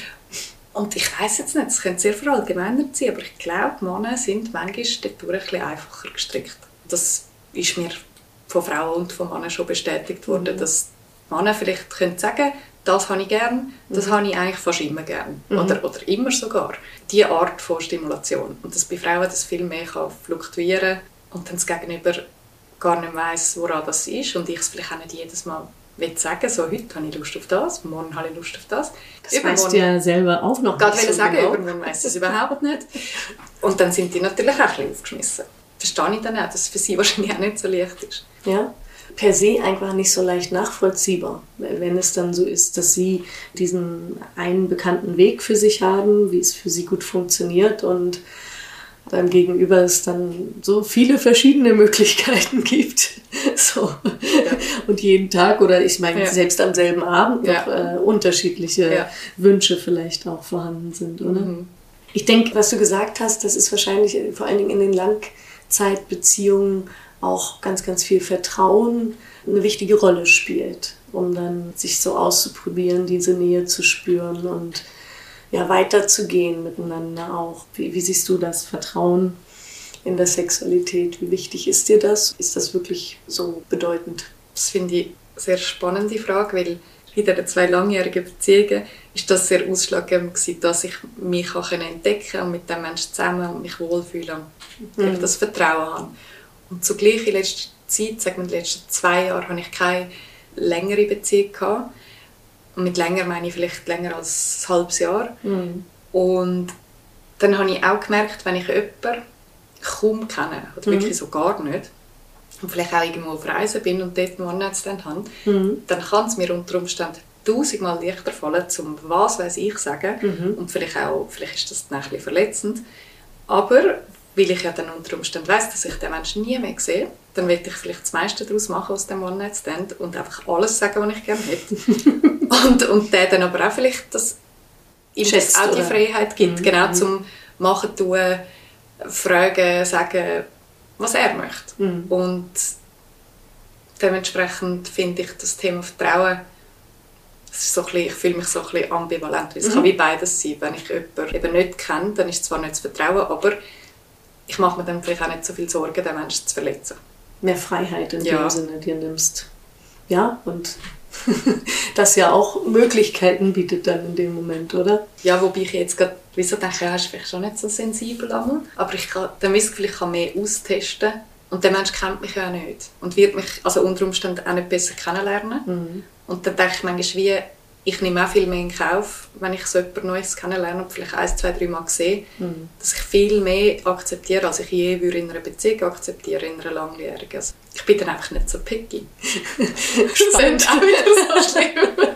Und ich weiss jetzt nicht, es könnte sehr verallgemeinert sein, aber ich glaube, Männer sind manchmal dadurch ein bisschen einfacher gestrickt. Das ist mir von Frauen und von Männern schon bestätigt worden, dass Männer vielleicht können sagen, das habe ich gern, das habe ich eigentlich fast immer gern. Oder immer sogar. Diese Art von Stimulation. Und dass bei Frauen das viel mehr kann fluktuieren und dann das Gegenüber gar nicht weiss, woran das ist und ich es vielleicht auch nicht jedes Mal sagen, so heute habe ich Lust auf das, morgen habe ich Lust auf das. Das weißt du ja selber auch noch nicht so sagen, genau. Übermorgen weiss ich es überhaupt nicht. Und dann sind die natürlich auch ein bisschen aufgeschmissen. Verstehe ich dann auch, dass es für sie wahrscheinlich auch nicht so leicht ist. Ja, per se einfach nicht so leicht nachvollziehbar. Wenn es dann so ist, dass sie diesen einen bekannten Weg für sich haben, wie es für sie gut funktioniert und beim Gegenüber es dann so viele verschiedene Möglichkeiten gibt. So. Ja. Und jeden Tag oder ich meine selbst am selben Abend noch unterschiedliche Wünsche vielleicht auch vorhanden sind, oder? Mhm. Ich denke, was du gesagt hast, das ist wahrscheinlich vor allen Dingen in den Langzeitbeziehungen auch ganz, ganz viel Vertrauen eine wichtige Rolle spielt, um dann sich so auszuprobieren, diese Nähe zu spüren und weiterzugehen miteinander auch. Wie siehst du das Vertrauen in der Sexualität? Wie wichtig ist dir das? Ist das wirklich so bedeutend? Das finde ich eine sehr spannende Frage, weil in diesen 2 langjährigen Beziehungen ist das sehr ausschlaggebend gewesen, dass ich mich entdecken kann und mit dem Menschen zusammen und mich wohlfühle und ich das Vertrauen habe. Und zugleich in letzter Zeit, sagen wir in den letzten 2 Jahren, habe ich keine längere Beziehung gehabt. Und mit länger meine ich vielleicht länger als ein halbes Jahr. Und dann habe ich auch gemerkt, wenn ich jemanden kaum kenne, oder wirklich so gar nicht, und vielleicht auch irgendwo auf Reisen bin und dort einen One-Night-Stand habe, dann kann es mir unter Umständen 1000-mal leichter fallen, zum «was weiss ich» sagen. Und vielleicht ist das dann ein bisschen verletzend. Aber weil ich ja dann unter Umständen weiss, dass ich den Menschen nie mehr sehe, dann will ich vielleicht das meiste daraus machen aus dem One-Night-Stand und einfach alles sagen, was ich gerne hätte. und der dann aber auch vielleicht, dass ihm das auch die Freiheit gibt, genau zum Machen, tun, fragen, sagen, was er möchte. Und dementsprechend finde ich das Thema Vertrauen, ist so ein bisschen, ich fühle mich so ein bisschen ambivalent, weil es kann wie beides sein. Wenn ich jemanden eben nicht kenne, dann ist es zwar nicht zu vertrauen, aber ich mache mir dann vielleicht auch nicht so viel Sorgen, den Menschen zu verletzen. Mehr Freiheit in dem Sinne, die du nimmst. Ja, und das ja auch Möglichkeiten bietet dann in dem Moment, oder? Ja, wobei ich jetzt gerade, wieso denke ich, ist vielleicht schon nicht so sensibel einmal, aber ich kann, dann weiss ich, ich kann mehr austesten und der Mensch kennt mich ja auch nicht und wird mich also unter Umständen auch nicht besser kennenlernen. Und dann denke ich manchmal, wie, ich nehme auch viel mehr in Kauf, wenn ich so jemand Neues kennenlerne und vielleicht 1, 2, 3 Mal sehe, dass ich viel mehr akzeptiere, als ich je würde in einer Beziehung akzeptiere, in einer langjährigen. Also ich bin dann einfach nicht so picky. Spannend. Das ist auch wieder so schlimm.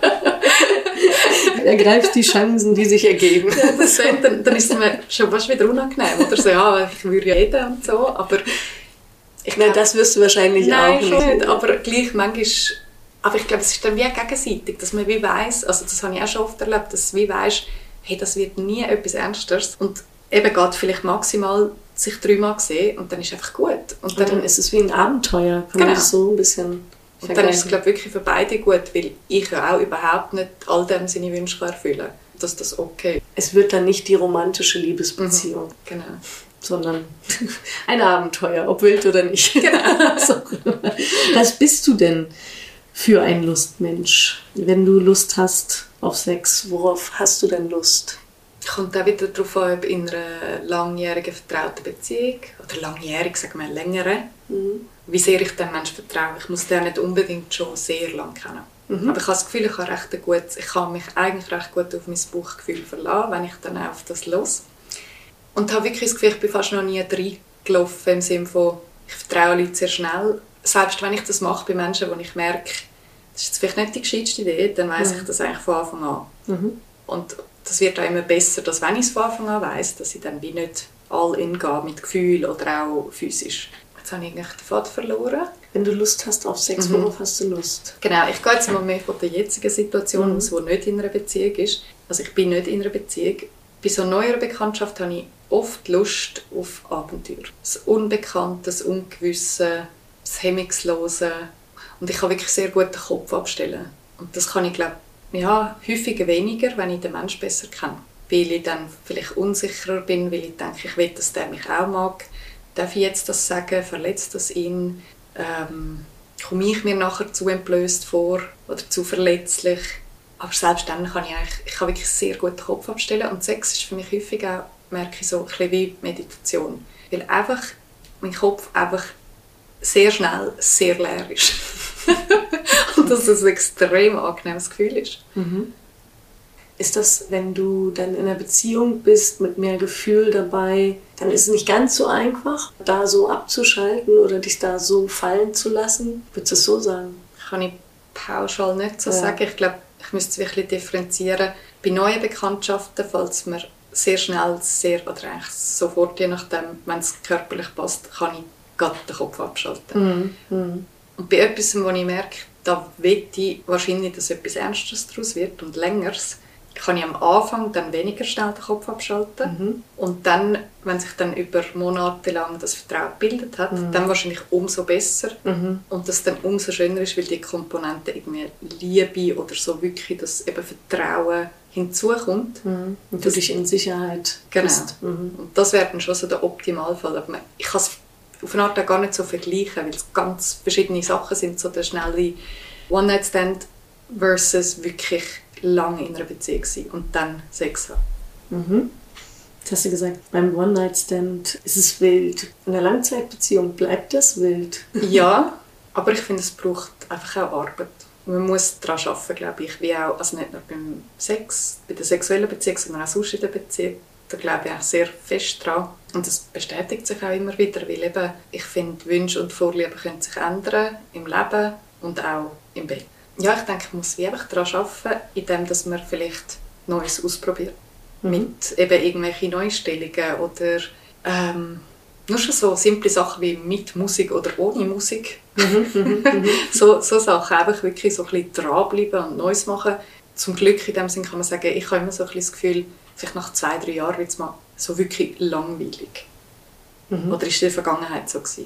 Ergreifst die Chancen, die sich ergeben. Ja, dann ist es mir schon fast wieder unangenehm. Oder so, ja, ich würde ja reden und so, aber... Nein, das wirst du wahrscheinlich auch nicht. Nein, nicht, aber gleich manchmal... Aber ich glaube, es ist dann wie gegenseitig, dass man wie weiss, also das habe ich auch schon oft erlebt, dass man wie weiss, hey, das wird nie etwas Ernstes und eben geht vielleicht maximal sich 3 Mal sehen und dann ist es einfach gut. Und dann ist es wie ein Abenteuer, kann man das so ein bisschen vergleichen. Und dann ist es, glaube ich, wirklich für beide gut, weil ich ja auch überhaupt nicht all dem seine Wünsche erfüllen kann. Dass das okay ist. Es wird dann nicht die romantische Liebesbeziehung. Genau. Sondern ein Abenteuer, ob wild oder nicht. Genau. So. Was bist du denn für ein Lustmensch? Wenn du Lust hast auf Sex, worauf hast du denn Lust? Kommt auch wieder darauf an, ob in einer langjährigen vertrauten Beziehung oder langjährig, sagen wir längere, wie sehr ich dem Menschen vertraue. Ich muss den nicht unbedingt schon sehr lange kennen. Aber ich habe das Gefühl, ich kann mich eigentlich recht gut auf mein Bauchgefühl verlassen, wenn ich dann auch auf das los. Und habe wirklich das Gefühl, ich bin fast noch nie reingelaufen im Sinne von, ich vertraue Leuten sehr schnell. Selbst wenn ich das mache bei Menschen, wo ich merke, das ist jetzt vielleicht nicht die gescheiteste Idee, dann weiss ich das eigentlich von Anfang an. Und das wird auch immer besser, dass wenn ich es von Anfang an weiss, dass ich dann wie nicht all in gehe mit Gefühl oder auch physisch. Jetzt habe ich eigentlich den Faden verloren. Wenn du Lust hast auf Sex, worauf hast du Lust? Genau, ich gehe jetzt mal mehr von der jetzigen Situation aus, die nicht in einer Beziehung ist. Also ich bin nicht in einer Beziehung. Bei so einer neueren Bekanntschaft habe ich oft Lust auf Abenteuer. Das Unbekannte, das Ungewisse, das Hemmungslose. Und ich kann wirklich sehr gut den Kopf abstellen. Und das kann ich, glaube ja, häufiger weniger, wenn ich den Menschen besser kenne. Weil ich dann vielleicht unsicherer bin, weil ich denke, ich will, dass der mich auch mag. Darf ich jetzt das sagen? Verletzt das ihn? Komme ich mir nachher zu entblößt vor oder zu verletzlich? Aber selbst dann kann ich kann wirklich sehr gut den Kopf abstellen. Und Sex ist für mich häufig auch, merke ich, so ein bisschen wie Meditation. Weil einfach mein Kopf einfach sehr schnell sehr leer ist. Und dass es ein extrem angenehmes Gefühl ist. Ist das, wenn du dann in einer Beziehung bist, mit mehr Gefühl dabei, dann ist es nicht ganz so einfach, da so abzuschalten oder dich da so fallen zu lassen? Würdest du es so sagen? Kann ich pauschal nicht so sagen. Ich glaube, ich müsste es wirklich differenzieren. Bei neuen Bekanntschaften fällt es mir sehr schnell, oder eigentlich sofort, je nachdem, wenn es körperlich passt, kann ich gerade den Kopf abschalten. Und bei etwas, wo ich merke, da will ich wahrscheinlich, dass etwas Ernstes daraus wird und Längeres, kann ich am Anfang dann weniger schnell den Kopf abschalten. Und dann, wenn sich dann über Monate lang das Vertrauen gebildet hat, dann wahrscheinlich umso besser. Und das dann umso schöner ist, weil die Komponente irgendwie Liebe oder so wirklich das eben Vertrauen hinzukommt. Und du dich in Sicherheit bist. Und das wäre dann schon so der Optimalfall. Aber ich kann es auf eine Art auch gar nicht so vergleichen, weil es ganz verschiedene Sachen sind, so der schnelle One-Night-Stand versus wirklich lange in einer Beziehung sein und dann Sex haben. Jetzt hast du gesagt, beim One-Night-Stand ist es wild. In einer Langzeitbeziehung bleibt das wild. Ja, aber ich finde, es braucht einfach auch Arbeit. Man muss daran arbeiten, glaube ich, wie auch, also nicht nur beim Sex, bei der sexuellen Beziehung, sondern auch sonst in der Beziehung. Da glaube ich auch sehr fest dran. Und das bestätigt sich auch immer wieder, weil eben, ich finde, Wünsche und Vorlieben können sich ändern im Leben und auch im Bett. Ja, ich denke, ich muss wie einfach daran arbeiten, indem dass man vielleicht Neues ausprobiert. Mit eben irgendwelchen Neustellungen oder nur schon so simple Sachen wie mit Musik oder ohne Musik. so Sachen, einfach wirklich so ein bisschen dranbleiben und Neues machen. Zum Glück in dem Sinn kann man sagen, ich habe immer so ein bisschen das Gefühl, vielleicht nach 2-3 Jahren wird es mal so wirklich langweilig. Oder ist es in der Vergangenheit so gewesen?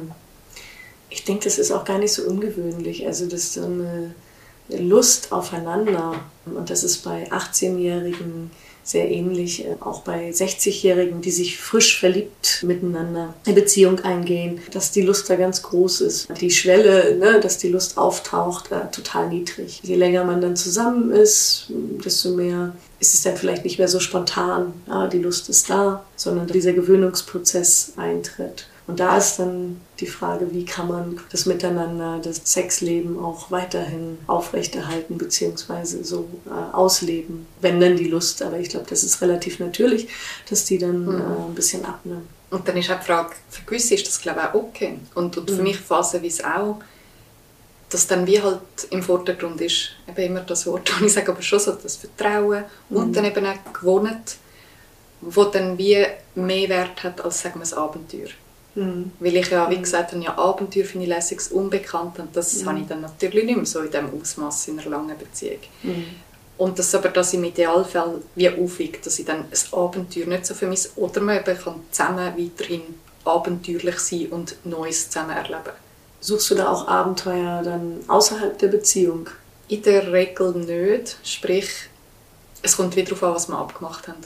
Ich denke, das ist auch gar nicht so ungewöhnlich. Also das ist so eine Lust aufeinander. Und das ist bei 18-Jährigen sehr ähnlich, auch bei 60-Jährigen, die sich frisch verliebt miteinander eine Beziehung eingehen, dass die Lust da ganz groß ist. Die Schwelle, ne, dass die Lust auftaucht, total niedrig. Je länger man dann zusammen ist, desto mehr ist es dann vielleicht nicht mehr so spontan, die Lust ist da, sondern dieser Gewöhnungsprozess eintritt. Und da ist dann die Frage, wie kann man das Miteinander, das Sexleben auch weiterhin aufrechterhalten bzw. so ausleben, wenn dann die Lust, aber ich glaube, das ist relativ natürlich, dass die dann ein bisschen abnimmt. Und dann ist auch die Frage, für gewisse ist das glaube ich auch okay. Und für mich phasenweise auch, dass dann wie halt im Vordergrund ist, eben immer das Wort, und ich sage aber schon so, das Vertrauen und dann eben auch gewohnt, wo dann wie mehr Wert hat als, sagen wir, das Abenteuer. Weil ich ja, wie gesagt habe, ja, Abenteuer finde ich lässiges Unbekannt und das habe ich dann natürlich nicht mehr so in diesem Ausmaß in einer langen Beziehung. Und das aber, dass im Idealfall wie aufwiegt, dass ich dann ein Abenteuer nicht so vermisse oder man eben kann zusammen weiterhin abenteuerlich sein und Neues zusammen erleben. Suchst du da auch Abenteuer dann außerhalb der Beziehung? In der Regel nicht, sprich, es kommt wieder darauf an, was wir abgemacht haben.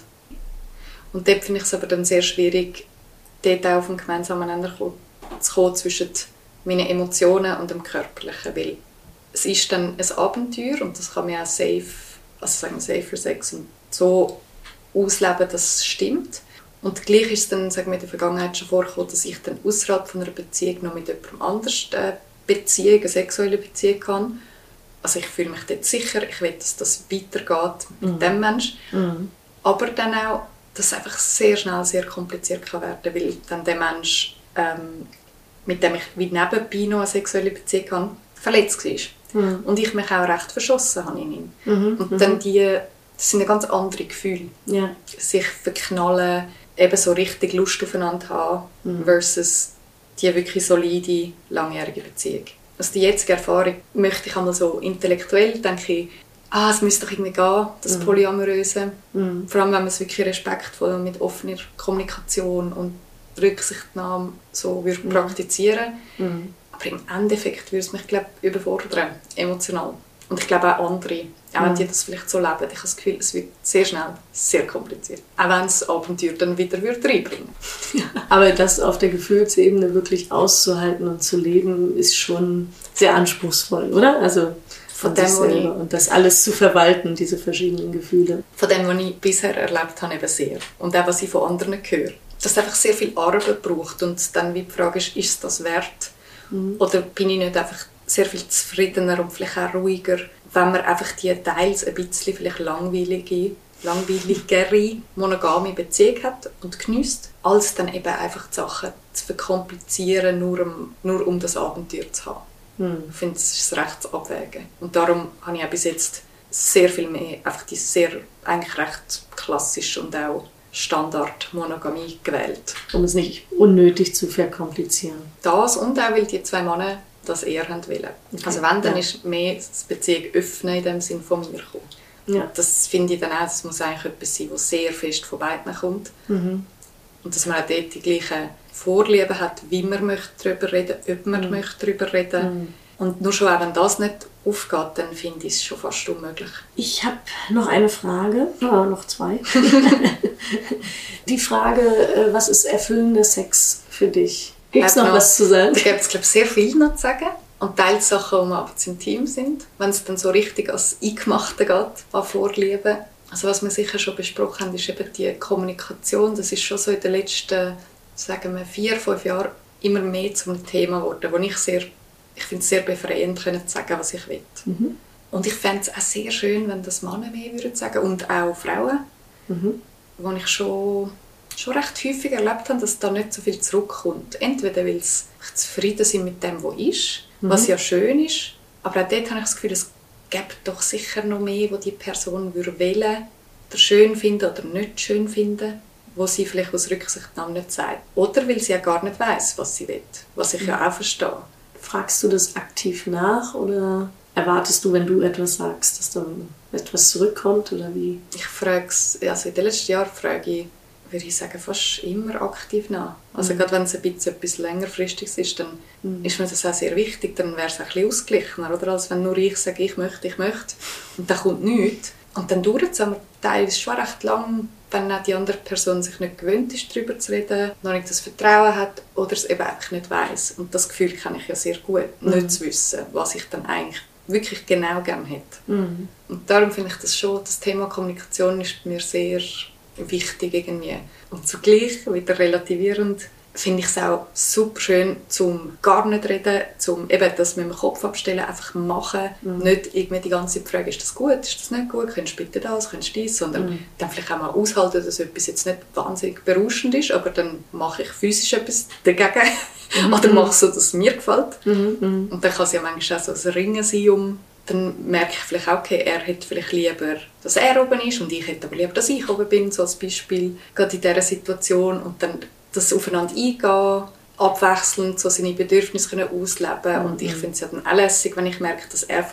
Und dort finde ich es aber dann sehr schwierig, dort auch auf einen gemeinsamen Nenner zu kommen zwischen meinen Emotionen und dem Körperlichen, weil es ist dann ein Abenteuer und das kann man auch safe für Sex und so ausleben, dass es stimmt. Und gleich ist es dann, sagen wir, in der Vergangenheit schon vorgekommen, dass ich dann außerhalb von einer Beziehung noch mit jemandem anders eine sexuelle Beziehung kann. Also ich fühle mich dort sicher, ich will, dass das weitergeht mit dem Menschen. Aber dann auch, dass es einfach sehr schnell sehr kompliziert kann werden, weil dann der Mensch, mit dem ich wie nebenbei noch eine sexuelle Beziehung habe, verletzt war. Und ich mich auch recht verschossen habe in ihn. Und dann das sind ganz andere Gefühle. Ja. Sich verknallen, eben so richtig Lust aufeinander haben, versus die wirklich solide, langjährige Beziehung. Also die jetzige Erfahrung möchte ich einmal so intellektuell, denke ich, es müsste doch irgendwie gehen, das Polyamoröse. Vor allem, wenn man es wirklich respektvoll und mit offener Kommunikation und Rücksichtnahme so würde praktizieren. Aber im Endeffekt würde es mich, glaube ich, überfordern, emotional. Und ich glaube auch andere, auch wenn die das vielleicht so leben. Ich habe das Gefühl, es wird sehr schnell sehr kompliziert. Auch wenn es Abenteuer dann wieder reinbringen würde. Aber das auf der Gefühlsebene wirklich auszuhalten und zu leben, ist schon sehr anspruchsvoll, oder? Also von dem, und das alles zu verwalten, diese verschiedenen Gefühle. Von dem, was ich bisher erlebt habe, eben sehr. Und auch, was ich von anderen höre. Dass es einfach sehr viel Arbeit braucht und dann wie die Frage ist es das wert? Oder bin ich nicht einfach sehr viel zufriedener und vielleicht auch ruhiger, wenn man einfach die teils ein bisschen vielleicht langweiligere, monogame Beziehung hat und geniesst, als dann eben einfach die Sachen zu verkomplizieren, nur um das Abenteuer zu haben. Ich finde, es ist recht zu abwägen. Und darum habe ich auch bis jetzt sehr viel mehr einfach die sehr, eigentlich recht klassische und auch Standard-Monogamie gewählt. Um es nicht unnötig zu verkomplizieren. Das und auch, weil die zwei Männer das eher wollen. Okay. Also wenn, dann ist mehr das Beziehung öffnen in dem Sinn von mir gekommen. Ja. Das finde ich dann auch, das muss eigentlich etwas sein, das sehr fest von beiden kommt. Und dass man auch dort die gleichen Vorlieben hat, wie man darüber reden möchte, ob man darüber reden. Und nur schon auch, wenn das nicht aufgeht, dann finde ich es schon fast unmöglich. Ich habe noch eine Frage, noch zwei. Die Frage, was ist erfüllender Sex für dich? Gibt es noch was zu sagen? Da gibt es, glaube ich, sehr viel noch zu sagen. Und teils Sachen, die aber zu intim sind. Wenn es dann so richtig als Eingemachte geht, an Vorlieben. Also was wir sicher schon besprochen haben, ist eben die Kommunikation. Das ist schon so in den letzten, sagen wir, 4-5 Jahren immer mehr zum Thema geworden, wo ich finde es sehr befreiend, zu sagen, was ich will. Und ich fände es auch sehr schön, wenn das Männer mehr würden sagen und auch Frauen, wo ich schon recht häufig erlebt habe, dass da nicht so viel zurückkommt. Entweder weil sie zufrieden sind mit dem, was ist, was ja schön ist, aber auch dort habe ich das Gefühl, es gibt doch sicher noch mehr, wo die Person wählen würde, oder schön finden oder nicht schön finden, wo sie vielleicht aus Rücksichtnahme nicht sagt. Oder weil sie ja gar nicht weiss, was sie will, was ich ja auch verstehe. Fragst du das aktiv nach oder erwartest du, wenn du etwas sagst, dass dann etwas zurückkommt oder wie? Ich frage es, also in den letzten Jahren frage ich, würde ich sagen, fast immer aktiv nach. Also gerade wenn es ein bisschen etwas längerfristiges ist, dann ist mir das auch sehr wichtig, dann wäre es ein bisschen ausgeglichener, oder? Als wenn nur ich sage, ich möchte und dann kommt nichts. Und dann dauert es aber teilweise schon recht lang, wenn auch die andere Person sich nicht gewöhnt ist, darüber zu reden, noch nicht das Vertrauen hat oder es eben einfach nicht weiss. Und das Gefühl kenne ich ja sehr gut, nicht zu wissen, was ich dann eigentlich wirklich genau gerne hätte. Und darum finde ich das Thema Kommunikation ist mir sehr wichtig irgendwie. Und zugleich, wieder relativierend, finde ich es auch super schön, zum gar nicht reden, zum eben das mit dem Kopf abstellen, einfach machen, nicht irgendwie die ganze Zeit fragen, ist das gut, ist das nicht gut, könntest du bitte das, könntest du dies, sondern dann vielleicht auch mal aushalten, dass etwas jetzt nicht wahnsinnig berauschend ist, aber dann mache ich physisch etwas dagegen oder mache so, dass es mir gefällt. Und dann kann es ja manchmal auch so ein Ringen sein, dann merke ich vielleicht auch, okay, er hätte vielleicht lieber, dass er oben ist und ich hätte aber lieber, dass ich oben bin, so als Beispiel, gerade in dieser Situation. Und dann das Aufeinander eingehen, abwechselnd so seine Bedürfnisse ausleben und ich finde es ja dann auch lässig, wenn ich merke, dass er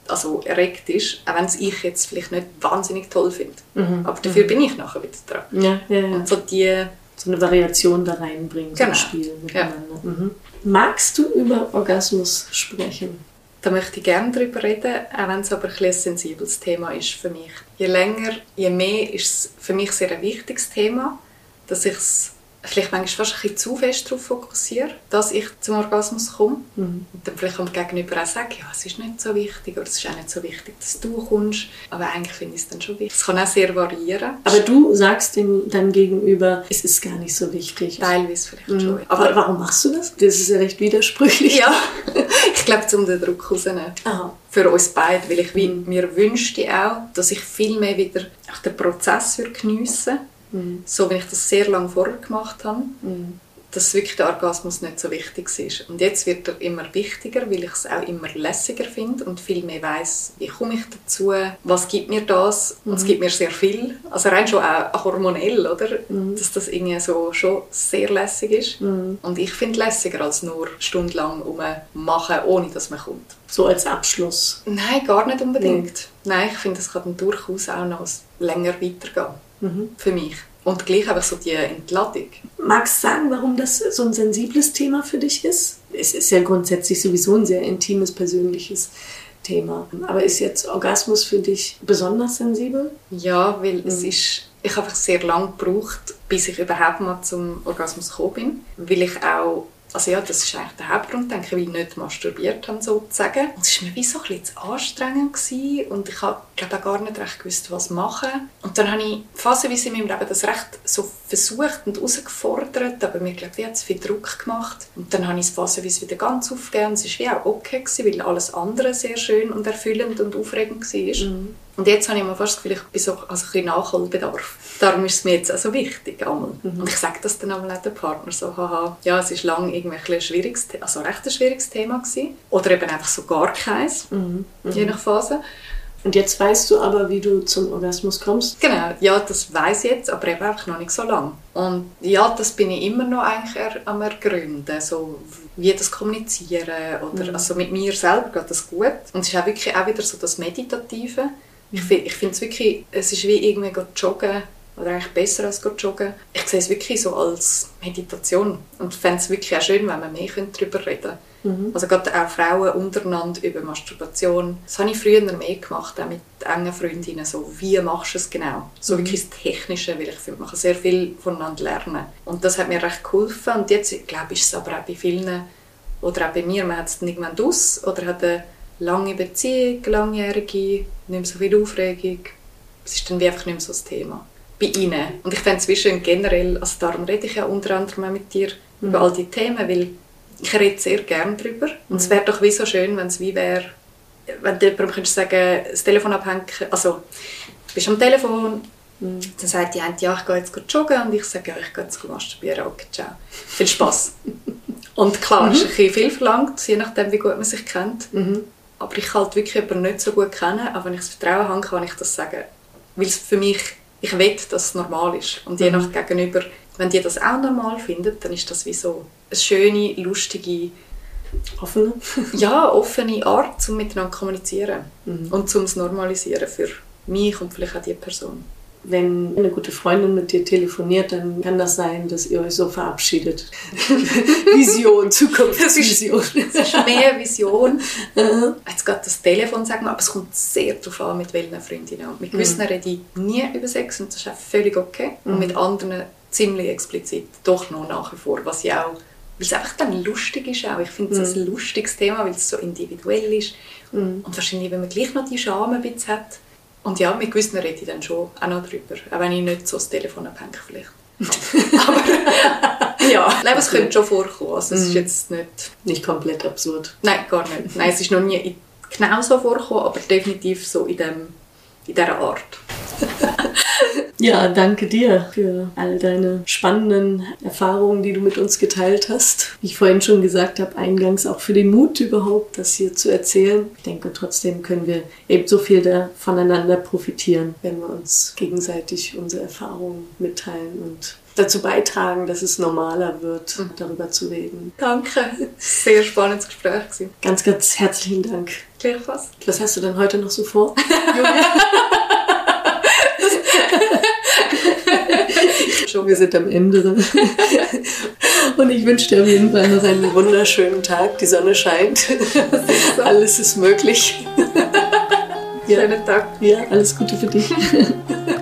erregt ist, auch wenn es ich jetzt vielleicht nicht wahnsinnig toll finde. Aber dafür bin ich nachher wieder dran. Ja. Und so eine Variation da reinbringen, genau. Zum Spiel miteinander. Ja. Magst du über Orgasmus sprechen? Da möchte ich gerne darüber reden, auch wenn es aber ein sensibles Thema ist für mich. Je länger, je mehr ist es für mich sehr ein wichtiges Thema, dass ich es vielleicht manchmal fast ein bisschen zu fest darauf fokussiere, dass ich zum Orgasmus komme. Und dann vielleicht am Gegenüber auch sage, ja, es ist nicht so wichtig oder es ist auch nicht so wichtig, dass du kommst. Aber eigentlich finde ich es dann schon wichtig. Es kann auch sehr variieren. Aber du sagst deinem Gegenüber, es ist gar nicht so wichtig. Teilweise vielleicht schon. Aber warum machst du das? Das ist ja recht widersprüchlich. Ja, ich glaube, um den Druck rauszunehmen. Für uns beide, weil ich mir wünschte auch, dass ich viel mehr wieder den Prozess geniessen würde. So wie ich das sehr lange vorher gemacht habe, dass wirklich der Orgasmus nicht so wichtig ist. Und jetzt wird er immer wichtiger, weil ich es auch immer lässiger finde und viel mehr weiss, wie komme ich dazu, was gibt mir das, und es gibt mir sehr viel, also rein schon auch hormonell, oder? Dass das irgendwie so schon sehr lässig ist. Und ich finde es lässiger als nur stundenlang machen, ohne dass man kommt. So als Abschluss? Nein, gar nicht unbedingt. Nein, ich finde, es kann dann durchaus auch noch länger weitergehen. Für mich. Und gleich einfach so die Entladung. Magst du sagen, warum das so ein sensibles Thema für dich ist? Es ist ja grundsätzlich sowieso ein sehr intimes, persönliches Thema. Aber ist jetzt Orgasmus für dich besonders sensibel? Ja, weil ich habe sehr lange gebraucht, bis ich überhaupt mal zum Orgasmus gekommen bin. Weil ich auch, also ja, das ist eigentlich der Hauptgrund, denke ich, weil ich nicht masturbiert habe, sozusagen. Und es war mir wie so ein bisschen zu anstrengend gewesen und ich habe, glaube auch gar nicht recht gewusst, was machen. Und dann habe ich phasenweise in meinem Leben das recht so versucht und herausgefordert, aber mir, glaube ich, hat es viel Druck gemacht. Und dann habe ich es phasenweise wieder ganz aufgegeben. Es war wie auch okay gewesen, weil alles andere sehr schön und erfüllend und aufregend war. Und jetzt habe ich mir fast das Gefühl, ich bin so, also ein bisschen Nachholbedarf. Darum ist es mir jetzt auch so wichtig. Und ich sage das dann auch dem Partner so, haha, ja, es war lange irgendwie ein schwieriges, also recht ein schwieriges Thema gewesen. Oder eben einfach so gar keins, je nach Phase. Und jetzt weißt du aber, wie du zum Orgasmus kommst? Genau, ja, das weiss ich jetzt, aber eben einfach noch nicht so lange. Und ja, das bin ich immer noch eigentlich am Ergründen, so wie das Kommunizieren oder also mit mir selber geht das gut. Und es ist auch wirklich auch wieder so das Meditative. Ich finde es wirklich, es ist wie irgendwie joggen, oder eigentlich besser als joggen. Ich sehe es wirklich so als Meditation und fände es wirklich auch schön, wenn wir mehr darüber reden können. Also gerade auch Frauen untereinander über Masturbation. Das habe ich früher mehr gemacht, auch mit engen Freundinnen. So, wie machst du es genau? So wirklich das Technische, weil ich finde, man kann sehr viel voneinander lernen. Und das hat mir recht geholfen. Und jetzt, glaube ich, ist es aber auch bei vielen, oder auch bei mir, man hat es dann irgendwann aus oder hat eine lange Beziehung, langjährige, nicht mehr so viel Aufregung. Es ist dann wie einfach nicht mehr so das Thema. Bei ihnen. Und ich fände es wie schön generell, also darum rede ich ja unter anderem auch mit dir über all die Themen, weil ich rede sehr gerne darüber. Und es wäre doch wie so schön, wenn es wie wäre, wenn du jemandem sagen, das Telefon abhängen, also du bist am Telefon, dann sagt die eine, ja, ich gehe jetzt joggen, und ich sage, ja, ich gehe jetzt masturbieren, okay, ciao. Viel Spass. Und klar, ist ein bisschen viel verlangt, je nachdem, wie gut man sich kennt. aber ich halt wirklich jemanden nicht so gut kennen, aber wenn ich das Vertrauen habe, kann ich das sagen. Weil es für mich, ich will, dass es normal ist. Und je nach Gegenüber, wenn die das auch normal finden, dann ist das wie so eine schöne, lustige, offene Art, um miteinander zu kommunizieren und um es normalisieren für mich und vielleicht auch die Person. Wenn eine gute Freundin mit dir telefoniert, dann kann das sein, dass ihr euch so verabschiedet. Vision, Zukunftsvision. Es ist mehr Vision. Jetzt gerade das Telefon sagen wir, aber es kommt sehr darauf an, mit welchen Freundinnen. Und mit gewissen rede ich nie über Sex und das ist auch völlig okay. Und mit anderen ziemlich explizit, doch noch nach wie vor, was ich auch, weil es einfach dann lustig ist auch. Ich finde es ein lustiges Thema, weil es so individuell ist. Und wahrscheinlich, wenn man gleich noch die Scham ein bisschen hat. Und ja, mit gewissen rede ich dann schon auch noch drüber. Auch wenn ich nicht so das Telefon abhänge vielleicht. Aber ja, nein, es könnte schon vorkommen. Also, es ist jetzt nicht komplett absurd. Nein, gar nicht. Nein, es ist noch nie genau so vorgekommen, aber definitiv so in dieser Art. Ja, danke dir für all deine spannenden Erfahrungen, die du mit uns geteilt hast. Wie ich vorhin schon gesagt habe, eingangs auch für den Mut überhaupt, das hier zu erzählen. Ich denke, trotzdem können wir eben so viel voneinander profitieren, wenn wir uns gegenseitig unsere Erfahrungen mitteilen und dazu beitragen, dass es normaler wird, darüber zu reden. Danke. Sehr spannendes Gespräch gewesen. Ganz, ganz herzlichen Dank. Gleichfalls. Was hast du denn heute noch so vor, Julia? Wir sind am Ende. Und ich wünsche dir auf jeden Fall noch einen wunderschönen Tag. Die Sonne scheint. Alles ist möglich. Schönen Tag. Ja, alles Gute für dich.